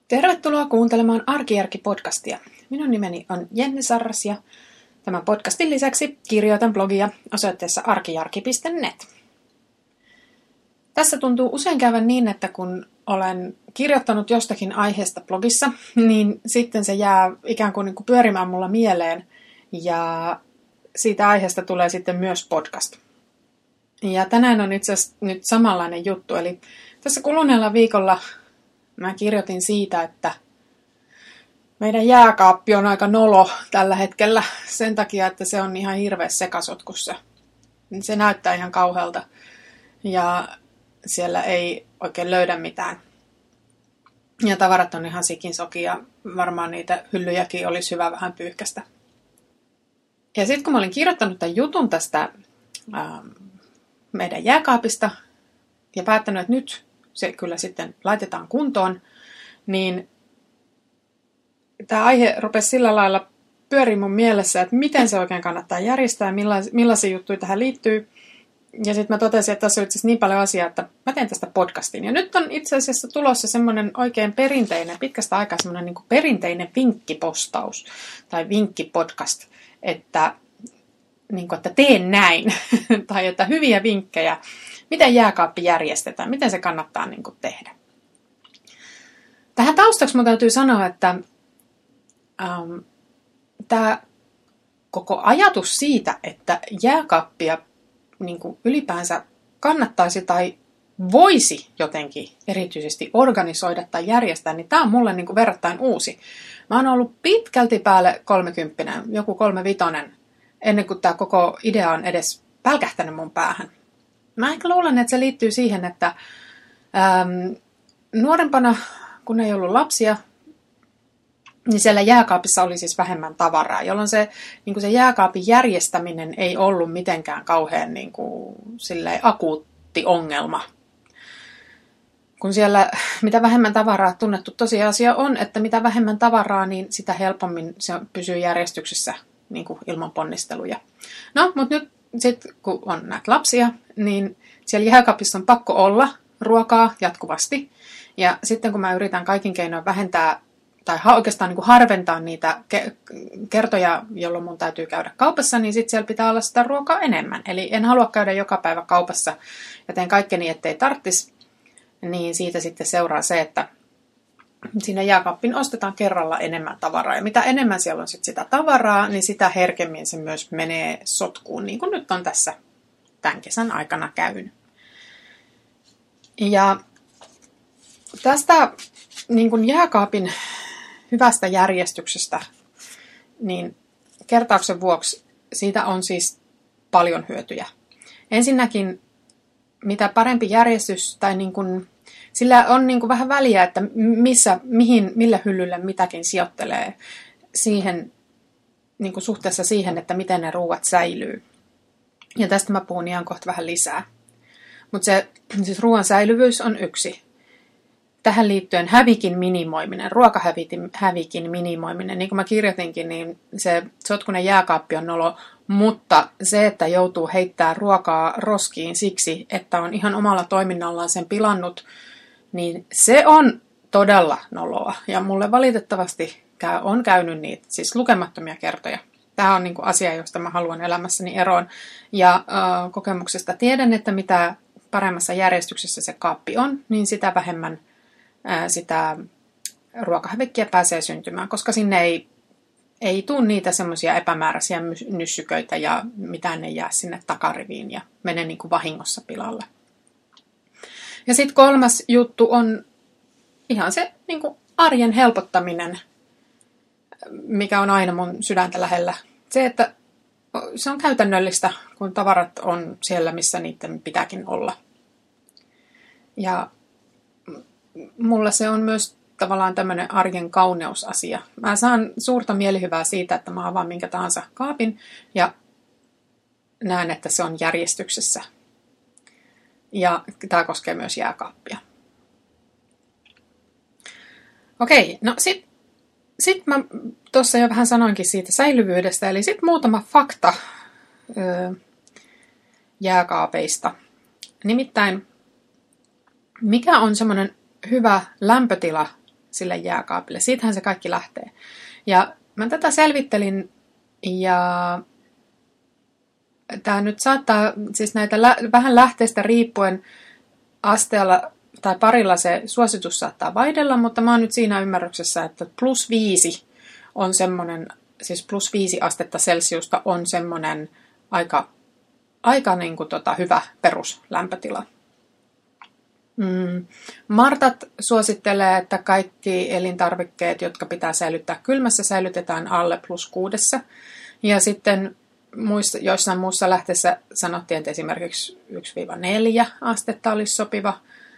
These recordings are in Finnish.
Tervetuloa kuuntelemaan Arkijärki-podcastia. Minun nimeni on Jenni Sarras ja tämän podcastin lisäksi kirjoitan blogia osoitteessa arkijarki.net. Tässä tuntuu usein käyvän niin, että kun olen kirjoittanut jostakin aiheesta blogissa, niin sitten se jää ikään kuin pyörimään mulla mieleen ja siitä aiheesta tulee sitten myös podcast. Ja tänään on itse asiassa nyt samanlainen juttu, eli tässä kuluneella viikolla mä kirjoitin siitä, että meidän jääkaappi on aika nolo tällä hetkellä sen takia, että se on ihan hirveässä sekasotkussa. Se näyttää ihan kauhealta ja siellä ei oikein löydä mitään. Ja tavarat on ihan sikinsoki ja varmaan niitä hyllyjäkin olisi hyvä vähän pyyhkästä. Ja sitten kun mä olin kirjoittanut tämän jutun tästä meidän jääkaapista ja päättänyt, että nyt se kyllä sitten laitetaan kuntoon, niin tämä aihe rupesi sillä lailla pyöriä mun mielessä, että miten se oikein kannattaa järjestää, millaisia juttuja tähän liittyy. Ja sitten mä totesin, että tässä on itse asiassa niin paljon asiaa, että mä teen tästä podcastin. Ja nyt on itse asiassa tulossa semmoinen oikein perinteinen, pitkästä aikaa semmoinen niin kuin perinteinen vinkkipostaus tai vinkkipodcast, että, niin kuin, että teen näin, tai että hyviä vinkkejä, miten jääkaappi järjestetään, miten se kannattaa niin kuin tehdä. Tähän taustaksi mun täytyy sanoa, että tämä koko ajatus siitä, että jääkaappia niin kuin ylipäänsä kannattaisi tai voisi jotenkin erityisesti organisoida tai järjestää, niin tämä on mulle niin kuin verrattain uusi. Mä oon ollut pitkälti päälle 30, joku 35, ennen kuin tämä koko idea on edes pälkähtänyt mun päähän. Mä ehkä luulen, että se liittyy siihen, että nuorempana, kun ei ollut lapsia, niin siellä jääkaapissa oli siis vähemmän tavaraa, jolloin se, niin kuin se jääkaapin järjestäminen ei ollut mitenkään kauhean niin kuin, akuutti ongelma. Kun siellä mitä vähemmän tavaraa, tunnettu tosiasia on, että mitä vähemmän tavaraa, niin sitä helpommin se pysyy järjestyksessä niin kuin ilman ponnisteluja. No, mutta nyt sitten kun on näitä lapsia, niin siellä jääkaapissa on pakko olla ruokaa jatkuvasti. Ja sitten kun mä yritän kaikin keinoin vähentää tai oikeastaan niin kuin harventaa niitä kertoja, jolloin mun täytyy käydä kaupassa, niin sitten siellä pitää olla sitä ruokaa enemmän. Eli en halua käydä joka päivä kaupassa ja teen kaikkeni, ettei tarttisi. Niin siitä sitten seuraa se, että siinä jääkaappiin ostetaan kerralla enemmän tavaraa. Ja mitä enemmän siellä on sitten sitä tavaraa, niin sitä herkemmin se myös menee sotkuun, niin kuin nyt on tässä tämän kesän aikana käynyt. Ja tästä niin kuin jääkaapin hyvästä järjestyksestä, niin kertauksen vuoksi siitä on siis paljon hyötyjä. Ensinnäkin, mitä parempi järjestys, tai niin kuin, sillä on niin kuin vähän väliä, että millä hyllylle mitäkin sijoittelee siihen, niin kuin suhteessa siihen, että miten ne ruuat säilyy. Ja tästä mä puhun ihan kohta vähän lisää. Mutta se siis ruoan säilyvyys on yksi. Tähän liittyen hävikin minimoiminen, ruokahävikin minimoiminen. Niin kuin mä kirjoitinkin, niin se sotkunen jääkaappi on nolo, mutta se, että joutuu heittämään ruokaa roskiin siksi, että on ihan omalla toiminnallaan sen pilannut, niin se on todella noloa. Ja mulle valitettavasti on käynyt niitä, siis lukemattomia kertoja. Tämä on niin kuin asia, josta mä haluan elämässäni eroon. Ja kokemuksesta tiedän, että mitä paremmassa järjestyksessä se kaappi on, niin sitä vähemmän sitä ruokahävikkiä pääsee syntymään, koska sinne ei tule niitä semmoisia epämääräisiä nyssyköitä ja mitään ei jää sinne takariviin ja mene niin kuin vahingossa pilalle. Ja sitten kolmas juttu on ihan se niin kuin arjen helpottaminen, mikä on aina mun sydäntä lähellä. Se, että se on käytännöllistä, kun tavarat on siellä, missä niiden pitääkin olla. Ja mulla se on myös tavallaan tämmöinen arjen kauneusasia. Mä saan suurta mielihyvää siitä, että mä avaan minkä tahansa kaapin ja näen, että se on järjestyksessä. Ja tämä koskee myös jääkaappia. Okei, no sit mä tuossa jo vähän sanoinkin siitä säilyvyydestä, eli sitten muutama fakta jääkaapeista. Nimittäin, mikä on semmoinen hyvä lämpötila sille jääkaapille. Siitähän se kaikki lähtee. Ja mä tätä selvittelin ja tämä nyt saattaa, siis näitä vähän lähteistä riippuen asteella tai parilla se suositus saattaa vaihdella, mutta mä oon nyt siinä ymmärryksessä, että +5 on semmoinen, siis +5 astetta Celsiusta on semmoinen aika niin kuin hyvä peruslämpötila. Martat suosittelee, että kaikki elintarvikkeet, jotka pitää säilyttää kylmässä, säilytetään alle +6. Ja sitten joissain muussa lähteessä sanottiin, että esimerkiksi 1-4 astetta olisi sopiva.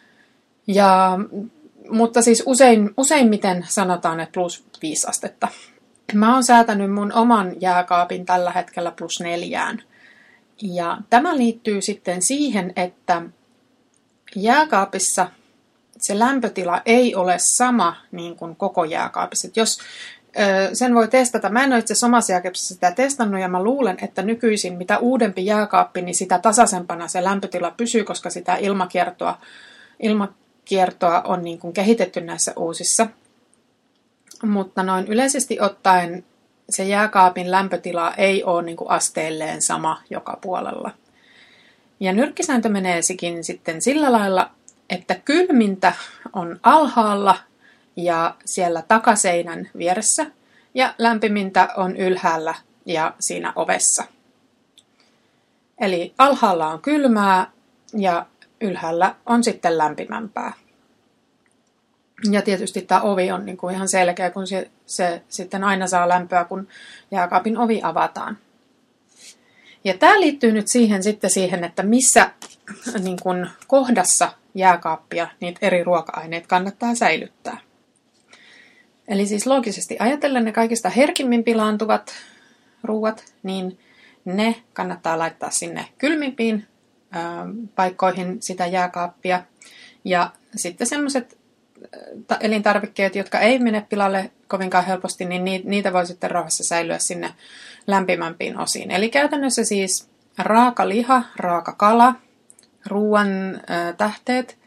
Mutta siis useimmiten sanotaan, että +5 astetta. Mä oon säätänyt mun oman jääkaapin tällä hetkellä +4. Ja tämä liittyy sitten siihen, että jääkaapissa se lämpötila ei ole sama niin kuin koko jääkaapissa. Jos sen voi testata, mä en ole itse asiassa omassa jääkaapissa sitä testannut ja mä luulen, että nykyisin mitä uudempi jääkaappi, niin sitä tasaisempana se lämpötila pysyy, koska sitä ilmakiertoa on niin kuin kehitetty näissä uusissa. Mutta noin yleisesti ottaen se jääkaapin lämpötila ei ole niin kuin asteelleen sama joka puolella. Ja nyrkkisääntö menee sitten sillä lailla, että kylmintä on alhaalla ja siellä takaseinän vieressä ja lämpimintä on ylhäällä ja siinä ovessa. Sitten alhaalla on kylmää ja ylhäällä on sitten lämpimämpää. Ja tietysti tämä ovi on niin kuin ihan selkeä, kun se sitten aina saa lämpöä, kun jääkaapin ovi avataan. Ja tämä liittyy nyt siihen, että missä niin kuin kohdassa jääkaappia niitä eri ruoka-aineita kannattaa säilyttää. Eli siis loogisesti ajatellen ne kaikista herkimmin pilaantuvat ruuat, niin ne kannattaa laittaa sinne kylmimpiin paikkoihin sitä jääkaappia. Ja sitten sellaiset elintarvikkeet, jotka ei mene pilalle kovinkaan helposti, niin niitä voi sitten rauhassa säilyä sinne lämpimämpiin osiin. Eli käytännössä siis raaka liha, raaka kala, ruoan tähteet,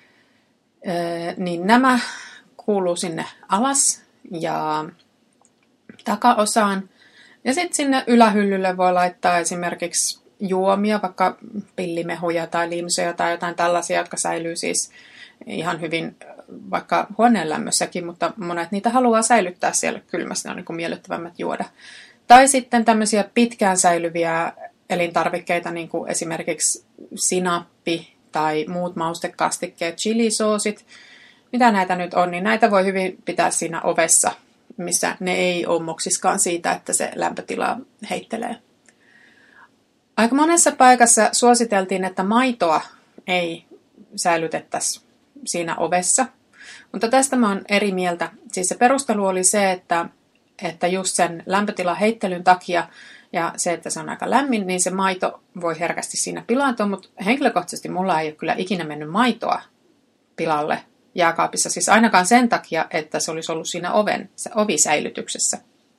niin nämä kuuluu sinne alas ja takaosaan. Ja sitten sinne ylähyllylle voi laittaa esimerkiksi juomia, vaikka pillimehuja tai limsoja tai jotain tällaisia, jotka säilyy siis ihan hyvin vaikka huoneen lämmössäkin, mutta monet niitä haluaa säilyttää siellä kylmässä, ne on niin kuin miellyttävämmät juoda. Tai sitten tämmöisiä pitkään säilyviä elintarvikkeita, niin kuin esimerkiksi sinappi tai muut maustekastikkeet, chilisoosit, mitä näitä nyt on, niin näitä voi hyvin pitää siinä ovessa, missä ne ei ole moksiskaan siitä, että se lämpötila heittelee. Aika monessa paikassa suositeltiin, että maitoa ei säilytettäisi siinä ovessa, mutta tästä mä oon eri mieltä. Siis se perustelu oli se, että just sen lämpötilan heittelyn takia ja se, että se on aika lämmin, niin se maito voi herkästi siinä pilaantua, mutta henkilökohtaisesti mulla ei ole kyllä ikinä mennyt maitoa pilalle jääkaapissa, siis ainakaan sen takia, että se olisi ollut siinä ovisäilytyksessä.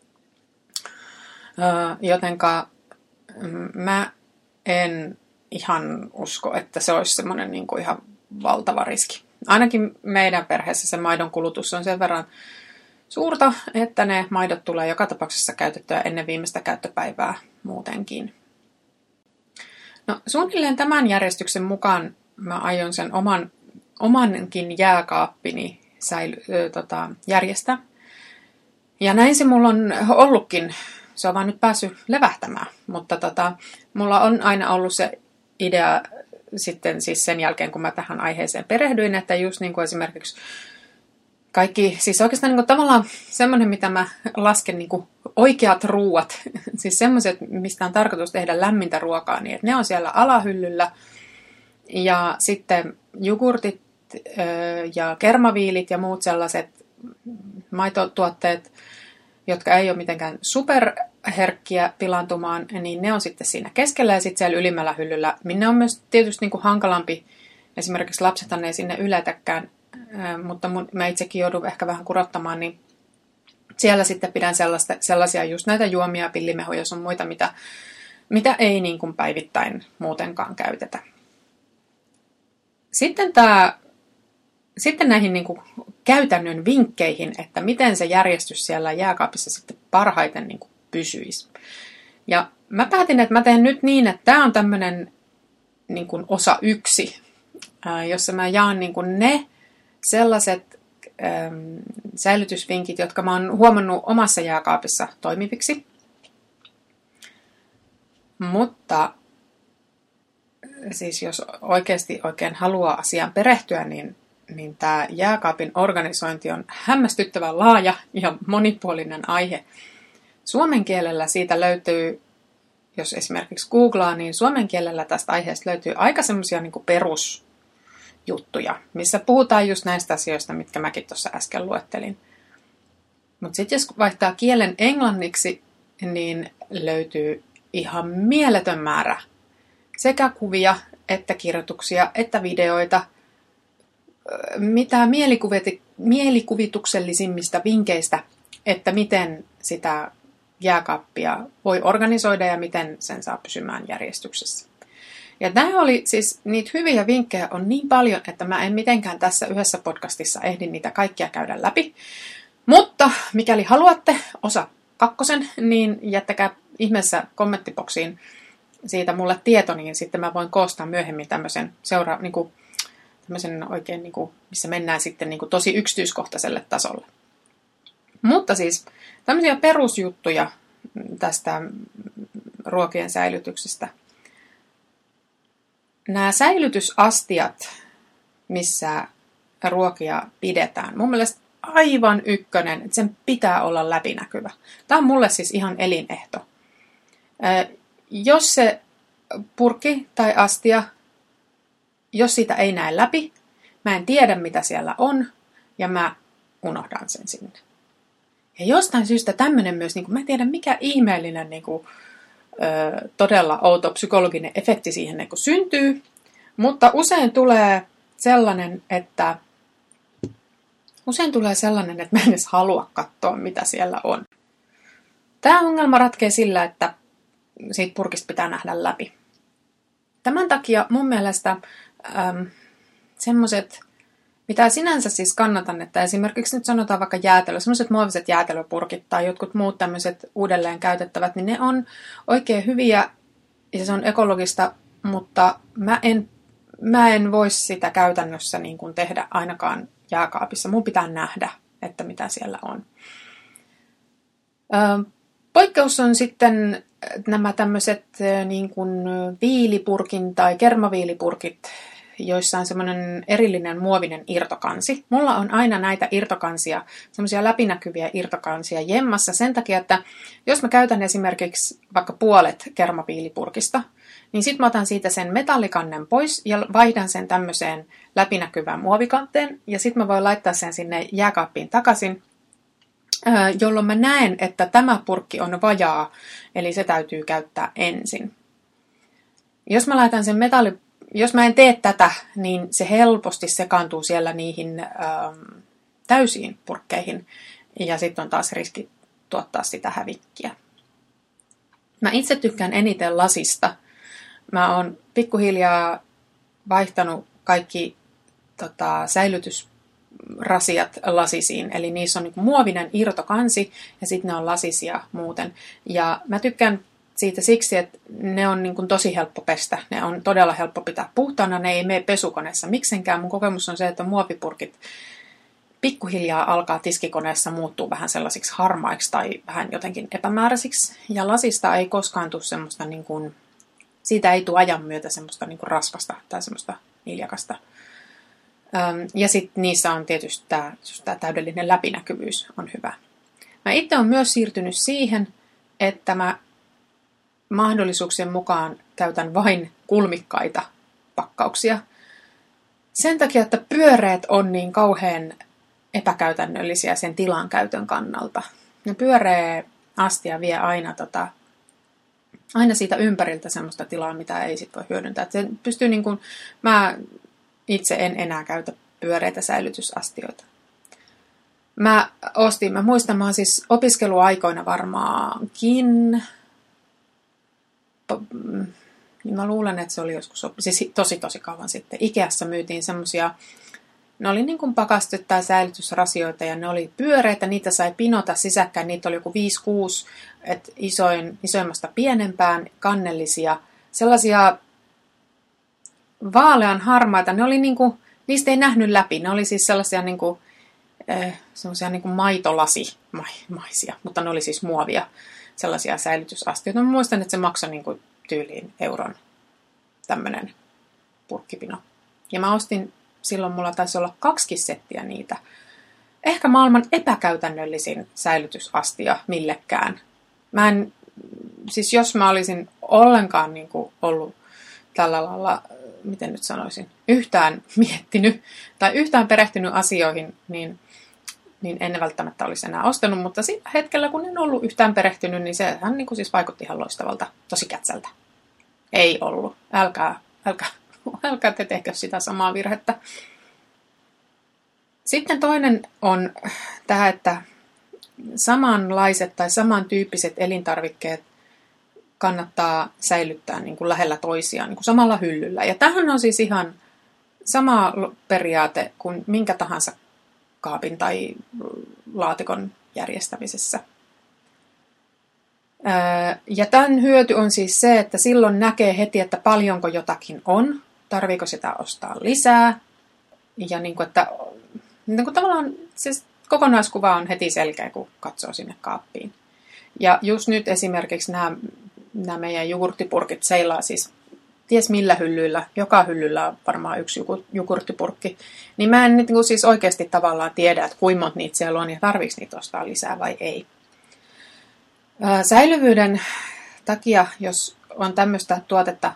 Jotenka mä en ihan usko, että se olisi semmoinen niin kuin ihan valtava riski. Ainakin meidän perheessä se maidon kulutus on sen verran suurta, että ne maidot tulee joka tapauksessa käytettyä ennen viimeistä käyttöpäivää muutenkin. No, suunnilleen tämän järjestyksen mukaan mä aion sen omankin jääkaappini järjestää. Ja näin se mulla on ollutkin. Se on vaan nyt päässyt levähtämään. Mutta mulla on aina ollut se idea sitten siis sen jälkeen, kun mä tähän aiheeseen perehdyin, että just niin kuin esimerkiksi kaikki, siis oikeastaan niin kuin tavallaan semmoinen, mitä mä lasken niin kuin oikeat ruuat, siis semmoiset, mistä on tarkoitus tehdä lämmintä ruokaa, niin että ne on siellä alahyllyllä. Ja sitten jogurtit ja kermaviilit ja muut sellaiset maitotuotteet, jotka ei ole mitenkään superherkkiä pilaantumaan, niin ne on sitten siinä keskellä ja sitten siellä ylimmällä hyllyllä, minne on myös tietysti niin kuin hankalampi, esimerkiksi lapsethan ei sinne yletäkään, mutta mä itsekin joudun ehkä vähän kurottamaan, niin siellä sitten pidän sellaisia just näitä juomia, pillimehuja, sun muita, mitä ei niin kuin päivittäin muutenkaan käytetä. Sitten tämä sitten näihin niin kuin käytännön vinkkeihin, että miten se järjestys siellä jääkaapissa sitten parhaiten niin kuin pysyisi. Ja mä päätin, että mä teen nyt niin, että tämä on tämmöinen niin kuin osa 1, jossa mä jaan niin kuin ne sellaiset säilytysvinkit, jotka mä oon huomannut omassa jääkaapissa toimiviksi. Mutta siis jos oikeasti oikein haluaa asiaan perehtyä, niin tämä jääkaapin organisointi on hämmästyttävän laaja ja monipuolinen aihe. Suomen kielellä siitä löytyy, jos esimerkiksi googlaa, niin suomen kielellä tästä aiheesta löytyy aika semmoisia niin kuin perusjuttuja, missä puhutaan just näistä asioista, mitkä mäkin tuossa äsken luettelin. Mutta sitten jos vaihtaa kielen englanniksi, niin löytyy ihan mieletön määrä sekä kuvia, että kirjoituksia, että videoita, mitä mielikuvituksellisimmista vinkkeistä, että miten sitä jääkaappia voi organisoida ja miten sen saa pysymään järjestyksessä. Ja tämä oli siis, niitä hyviä vinkkejä on niin paljon, että mä en mitenkään tässä yhdessä podcastissa ehdi niitä kaikkia käydä läpi. Mutta mikäli haluatte osa 2, niin jättäkää ihmeessä kommenttiboksiin siitä mulle tieto, niin sitten mä voin koostaa myöhemmin tämmöisen tämmöisen oikein, missä mennään sitten tosi yksityiskohtaiselle tasolle. Mutta siis tämmöisiä perusjuttuja tästä ruokien säilytyksestä. Nämä säilytysastiat, missä ruokia pidetään, mun mielestä aivan ykkönen, että sen pitää olla läpinäkyvä. Tämä on mulle siis ihan elinehto. Jos se purkki tai astia, jos sitä ei näe läpi, mä en tiedä mitä siellä on ja mä unohdan sen sinne. Ja jostain syystä tämmöinen myös, mä en tiedä mikä ihmeellinen todella outo psykologinen efekti siihen syntyy, mutta usein tulee sellainen, että mä en edes halua katsoa, mitä siellä on. Tämä ongelma ratkeaa sillä, että siitä purkista pitää nähdä läpi. Tämän takia mun mielestä semmoiset, mitä sinänsä siis kannatan, että esimerkiksi nyt sanotaan vaikka jäätelö, semmoiset muoviset jäätelöpurkit tai jotkut muut tämmöiset uudelleen käytettävät, niin ne on oikein hyviä ja se on ekologista, mutta mä en voi sitä käytännössä niin kuin tehdä ainakaan jääkaapissa. Mun pitää nähdä, että mitä siellä on. Poikkeus on sitten nämä tämmöiset niin kuin viilipurkin tai kermaviilipurkit, joissa on semmoinen erillinen muovinen irtokansi. Mulla on aina näitä irtokansia, semmoisia läpinäkyviä irtokansia jemmassa sen takia, että jos mä käytän esimerkiksi vaikka puolet kermaviilipurkista, niin sitten mä otan siitä sen metallikannen pois ja vaihdan sen tämmöiseen läpinäkyvään muovikanteen ja sitten mä voin laittaa sen sinne jääkaappiin takaisin, jolloin mä näen, että tämä purkki on vajaa, eli se täytyy käyttää ensin. Jos mä en tee tätä, niin se helposti sekaantuu siellä niihin täysiin purkkeihin ja sitten on taas riski tuottaa sitä hävikkiä. Mä itse tykkään eniten lasista. Mä oon pikkuhiljaa vaihtanut kaikki säilytysrasiat lasisiin, eli niissä on muovinen irtokansi ja sitten ne on lasisia muuten. Ja mä tykkään siitä siksi, että ne on tosi helppo pestä. Ne on todella helppo pitää puhtaana, ne ei mene pesukoneessa miksenkään. Mun kokemus on se, että muovipurkit pikkuhiljaa alkaa tiskikoneessa muuttua vähän sellaisiksi harmaiksi tai vähän jotenkin epämääräisiksi. Ja lasista ei koskaan tule semmoista, siitä ei tule ajan myötä semmoista raskasta tai semmoista niljakasta. Ja sitten niissä on tietysti tämä täydellinen läpinäkyvyys on hyvä. Mä itse olen myös siirtynyt siihen, että mä mahdollisuuksien mukaan käytän vain kulmikkaita pakkauksia. Sen takia, että pyöreät on niin kauhean epäkäytännöllisiä sen tilan käytön kannalta. Ne pyöreä astia vie aina siitä ympäriltä semmoista tilaa, mitä ei sit voi hyödyntää. Et se pystyy mä itse en enää käytä pyöreitä säilytysastioita. Mä muistan, mä oon siis opiskeluaikoina varmaankin, niin mä luulen, että se oli joskus, siis tosi kauan sitten. Ikeassa myytiin semmosia Ne oli niin kuin pakastet- tai säilytysrasioita ja ne oli pyöreitä, niitä sai pinota sisäkkäin. Niitä oli joku 5-6, että isoimmasta pienempään, kannellisia. Sellaisia vaalean harmaita, ne oli niin kuin, niistä ei nähnyt läpi. Ne oli siis sellaisia niin kuin, maitolasimaisia, mutta ne oli siis muovia, sellaisia säilytysastioita. Mä muistan, että se maksoi niin kuin tyyliin euron tämmöinen purkkipino. Ja mä ostin, silloin mulla taisi olla 2 settiä niitä. Ehkä maailman epäkäytännöllisin säilytysastia millekään. Siis jos mä olisin ollenkaan niin kuin ollut tällä lailla, miten nyt sanoisin, yhtään miettinyt tai yhtään perehtynyt asioihin, niin en välttämättä olisi enää ostanut, mutta sillä hetkellä, kun en ollut yhtään perehtynyt, niin sehän niin kuin siis vaikutti ihan loistavalta, tosi kätsältä. Ei ollut. Älkää te tehkö sitä samaa virhettä. Sitten toinen on tämä, että samanlaiset tai samantyyppiset elintarvikkeet kannattaa säilyttää niin kuin lähellä toisiaan, niin kuin samalla hyllyllä. Ja tähän on siis ihan sama periaate kuin minkä tahansa kaapin tai laatikon järjestämisessä. Ja tämän hyöty on siis se, että silloin näkee heti, että paljonko jotakin on, tarviiko sitä ostaa lisää. Ja niin kuin, että niin kuin tavallaan se kokonaiskuva on heti selkeä, kun katsoo sinne kaappiin. Ja just nyt esimerkiksi nämä meidän jogurttipurkit seilaa siis ties millä hyllyillä, joka hyllyllä on varmaan 1 jogurttipurkki, niin mä en niin kuin siis oikeasti tavallaan tiedä, että kuinka monta niitä siellä on ja tarviiko niitä ostaa lisää vai ei. Säilyvyyden takia, jos on tämmöistä tuotetta,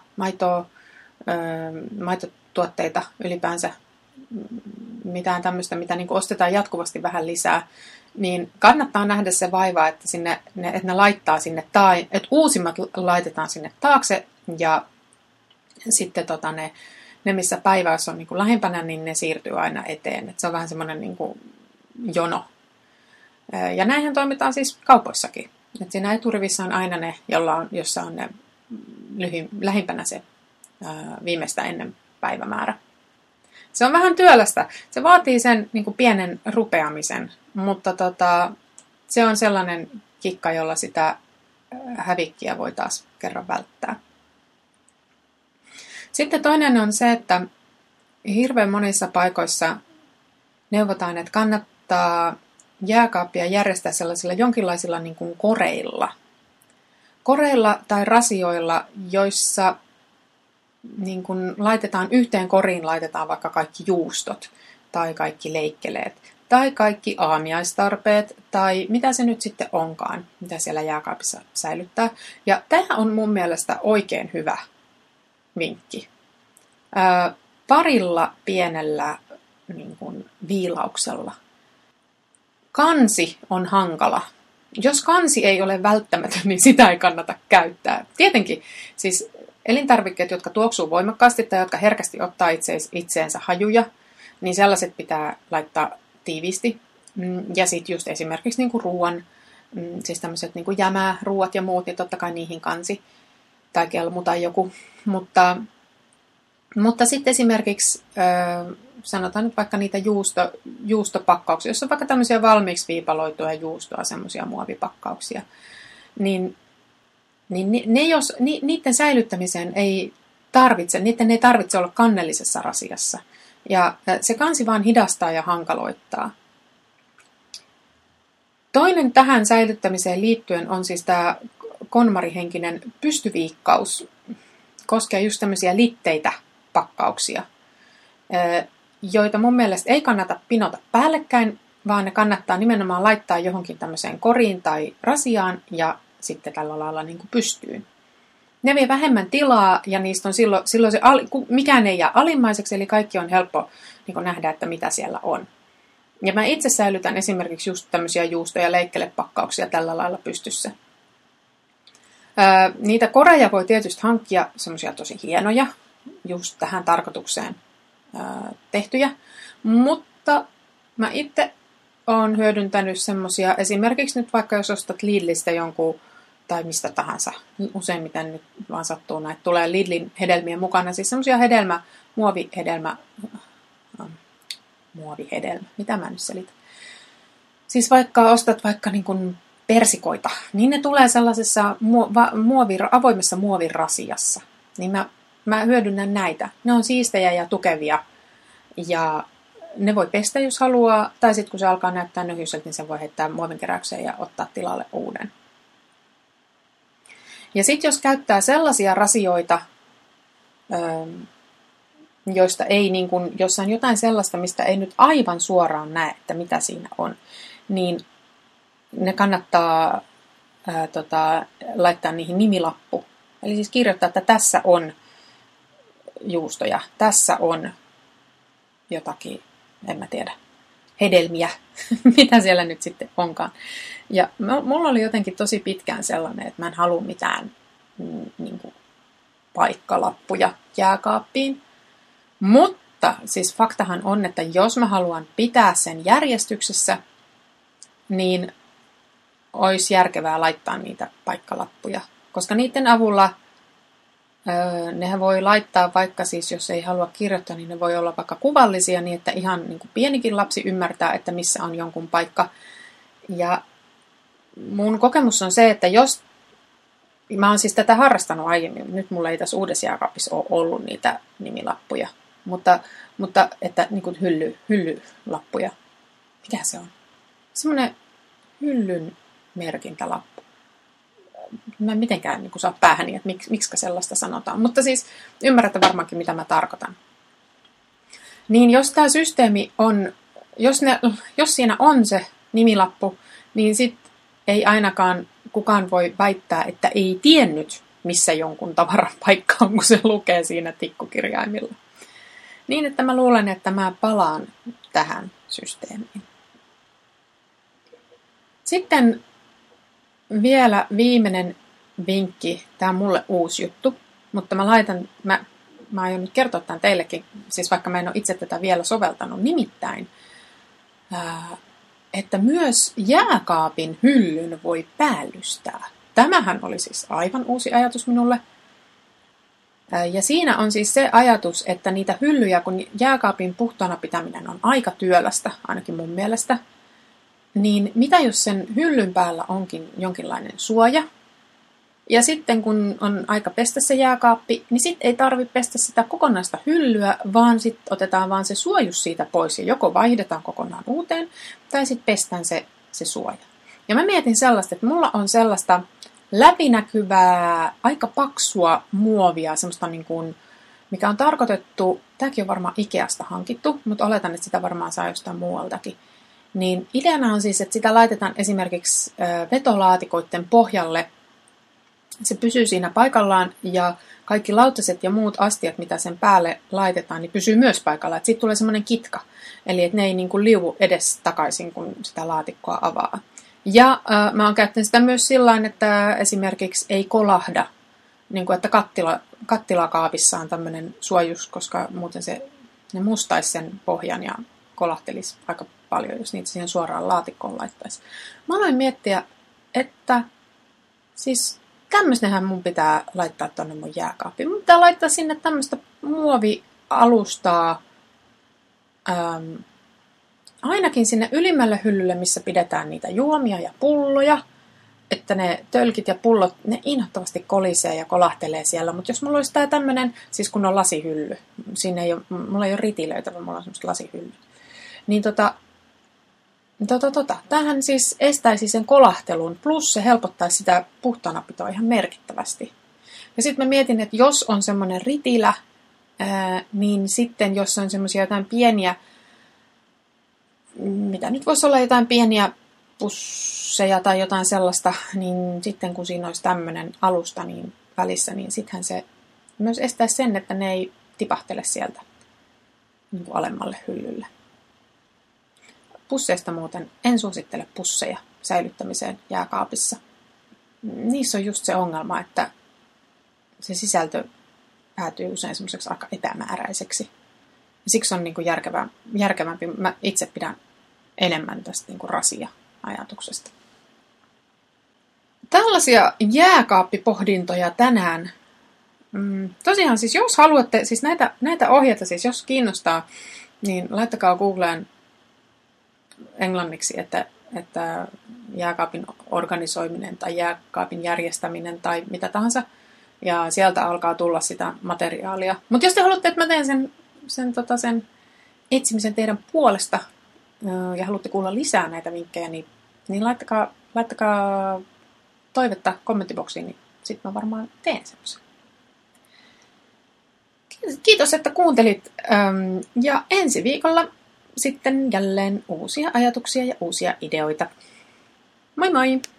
maitotuotteita ylipäänsä, mitään tämmöistä, mitä niin kuin ostetaan jatkuvasti vähän lisää, niin kannattaa nähdä se vaiva, että ne laittaa sinne että uusimmat laitetaan sinne taakse ja sitten ne missä päiväys on niin kuin lähempänä, niin ne siirtyy aina eteen. Et se on vähän semmoinen niin kuin jono. Ja näinhän toimitaan siis kaupoissakin. Et siinä eturivissä on aina ne, jossa on ne lähimpänä se viimeistä ennen päivämäärä. Se on vähän työlästä. Se vaatii sen niin kuin pienen rupeamisen, mutta se on sellainen kikka, jolla sitä hävikkiä voi taas kerran välttää. Sitten toinen on se, että hirveän monissa paikoissa neuvotaan, että kannattaa jääkaappia järjestää sellaisilla jonkinlaisilla niin kuin koreilla. Koreilla tai rasioilla, joissa niin kuin laitetaan yhteen koriin, laitetaan vaikka kaikki juustot tai kaikki leikkeleet tai kaikki aamiaistarpeet tai mitä se nyt sitten onkaan, mitä siellä jääkaapissa säilyttää. Ja tämä on mun mielestä oikein hyvä vinkki. Parilla pienellä niin kuin viilauksella. Kansi on hankala. Jos kansi ei ole välttämätön, niin sitä ei kannata käyttää. Tietenkin siis elintarvikkeet, jotka tuoksuu voimakkaasti tai jotka herkästi ottaa itseensä hajuja, niin sellaiset pitää laittaa tiiviisti. Ja sitten just esimerkiksi niin kuin ruoan, siis tämmöiset niin kuin jämäruuat ja muut, niin totta kai niihin kansi tai kelmu tai joku. Mutta sitten esimerkiksi, sanotaan nyt vaikka niitä juustopakkauksia, jos on vaikka tämmöisiä valmiiksi viipaloituja juustoa, semmoisia muovipakkauksia, niin niiden säilyttämiseen niiden ei tarvitse olla kannellisessa rasiassa. Ja se kansi vaan hidastaa ja hankaloittaa. Toinen tähän säilyttämiseen liittyen on siis tämä konmarihenkinen pystyviikkaus. Koskee just tämmöisiä litteitä pakkauksia, joita mun mielestä ei kannata pinota päällekkäin, vaan ne kannattaa nimenomaan laittaa johonkin tämmöiseen koriin tai rasiaan ja sitten tällä lailla niin kuin pystyyn. Ne vie vähemmän tilaa ja niistä on silloin mikään ei jää alimmaiseksi, eli kaikki on helppo niin kuin nähdä, että mitä siellä on. Ja mä itse säilytän esimerkiksi just tämmöisiä juusto- ja leikkelepakkauksia tällä lailla pystyssä. Niitä koreja voi tietysti hankkia semmoisia tosi hienoja, just tähän tarkoitukseen tehtyjä, mutta mä itse olen hyödyntänyt semmoisia, esimerkiksi nyt vaikka jos ostat Lidlistä jonkun, tai mistä tahansa, useimmiten nyt vaan sattuu näitä, tulee Lidlin hedelmien mukana, siis semmoisia muovihedelmä muovihedelmä. Mitä mä nyt selitän? Siis vaikka ostat vaikka niin kuin persikoita, niin ne tulee sellaisessa avoimessa muovirasiassa. Niin mä hyödynnän näitä. Ne on siistejä ja tukevia. Ja ne voi pestä, jos haluaa. Tai sitten kun se alkaa näyttää nöhyiseltä, niin se voi heittää muovinkeräykseen ja ottaa tilalle uuden. Ja sitten jos käyttää sellaisia rasioita, joista ei niin kuin, jossa on jotain sellaista, mistä ei nyt aivan suoraan näe, että mitä siinä on, niin ne kannattaa laittaa niihin nimilappu. Eli siis kirjoittaa, että tässä on juustoja, tässä on jotakin, en mä tiedä, hedelmiä, mitä siellä nyt sitten onkaan. Ja mulla oli jotenkin tosi pitkään sellainen, että mä en halua mitään niin kuin paikkalappuja jääkaappiin. Mutta siis faktahan on, että jos mä haluan pitää sen järjestyksessä, niin olisi järkevää laittaa niitä paikkalappuja. Koska niiden avulla nehän voi laittaa vaikka siis, jos ei halua kirjoittaa, niin ne voi olla vaikka kuvallisia niin, että ihan niin kuin pienikin lapsi ymmärtää, että missä on jonkun paikka. Ja mun kokemus on se, että jos mä oon siis tätä harrastanut aiemmin, nyt mulla ei tässä uudessa jääkaapissa ole ollut niitä nimilappuja, mutta että niin kuin hyllylappuja. Mikä se on? Semmoinen hyllyn merkintälappu. Mä en mitenkään niin kuin saa päähäni, että miksi sellaista sanotaan. Mutta siis ymmärrätte varmaankin, mitä mä tarkoitan. Niin jos tämä systeemi on, jos siinä on se nimilappu, niin sitten ei ainakaan kukaan voi väittää, että ei tiennyt, missä jonkun tavaran paikka on, kun se lukee siinä tikkukirjaimilla. Niin, että mä luulen, että mä palaan tähän systeemiin. Sitten vielä viimeinen vinkki. Tämä on mulle uusi juttu, mutta mä aion nyt kertoa tämän teillekin, siis vaikka mä en ole itse tätä vielä soveltanut. Nimittäin, että myös jääkaapin hyllyn voi päällystää. Tämähän oli siis aivan uusi ajatus minulle. Ja siinä on siis se ajatus, että niitä hyllyjä, kun jääkaapin puhtaana pitäminen on aika työlästä, ainakin mun mielestä, niin mitä jos sen hyllyn päällä onkin jonkinlainen suoja? Ja sitten kun on aika pestä se jääkaappi, niin sitten ei tarvitse pestä sitä kokonaista hyllyä, vaan sitten otetaan vaan se suojus siitä pois ja joko vaihdetaan kokonaan uuteen, tai sitten pestään se suoja. Ja mä mietin sellaista, että mulla on sellaista läpinäkyvää, aika paksua muovia, semmoista niin kuin, mikä on tarkoitettu, tämäkin on varmaan Ikeasta hankittu, mutta oletan, että sitä varmaan saa jostain muualtakin. Niin ideana on siis, että sitä laitetaan esimerkiksi vetolaatikoiden pohjalle. Se pysyy siinä paikallaan ja kaikki lautaset ja muut astiat, mitä sen päälle laitetaan, niin pysyy myös paikallaan. Siitä tulee semmoinen kitka, eli että ne ei niin kuin liuvu edes takaisin, kun sitä laatikkoa avaa. Ja mä oon käyttänyt sitä myös sillain, että esimerkiksi ei kolahda, niin kuin että kattilakaapissa on tämmöinen suojus, koska muuten ne mustaisi sen pohjan ja kolahtelisi aika paljon, jos niitä siihen suoraan laatikkoon laittaisi. Mä aloin miettiä, että siis tämmöisenhän mun pitää laittaa tonne mun jääkaappiin. Mun pitää laittaa sinne tämmöistä muovialustaa, ainakin sinne ylimmälle hyllylle, missä pidetään niitä juomia ja pulloja, että ne tölkit ja pullot, ne inhottavasti kolisee ja kolahtelee siellä. Mutta jos mulla olisi tää tämmönen, siis kun on lasihylly, mulla ei ole ritilöitä, vaan mulla on semmoista lasihyllyt. Niin tämähän siis estäisi sen kolahtelun, plus se helpottaisi sitä puhtaanapitoa ihan merkittävästi. Ja sitten mä mietin, että jos on semmoinen ritilä, niin sitten jos on semmoisia jotain pieniä, mitä nyt voisi olla jotain pieniä pusseja tai jotain sellaista, niin sitten kun siinä olisi tämmöinen alusta niin välissä, niin sittenhän se myös estäisi sen, että ne ei tipahtele sieltä niin kuin alemmalle hyllylle. Pusseista muuten en suosittele pusseja säilyttämiseen jääkaapissa. Niissä on just se ongelma, että se sisältö päätyy usein semmoiseksi aika epämääräiseksi. Ja siksi on niin kuin järkevämpi. Mä itse pidän enemmän tästä niin kuin rasia-ajatuksesta. Tällaisia jääkaappipohdintoja tänään. Tosiaan siis jos haluatte, siis näitä ohjeita, siis jos kiinnostaa, niin laittakaa Googleen englanniksi, että jääkaapin organisoiminen tai jääkaapin järjestäminen tai mitä tahansa. Ja sieltä alkaa tulla sitä materiaalia. Mutta jos te haluatte, että mä teen sen etsimisen teidän puolesta ja haluatte kuulla lisää näitä vinkkejä, niin laittakaa toivetta kommenttiboksiin, niin sitten mä varmaan teen semmoisen. Kiitos, että kuuntelit. Ja ensi viikolla sitten jälleen uusia ajatuksia ja uusia ideoita. Moi moi!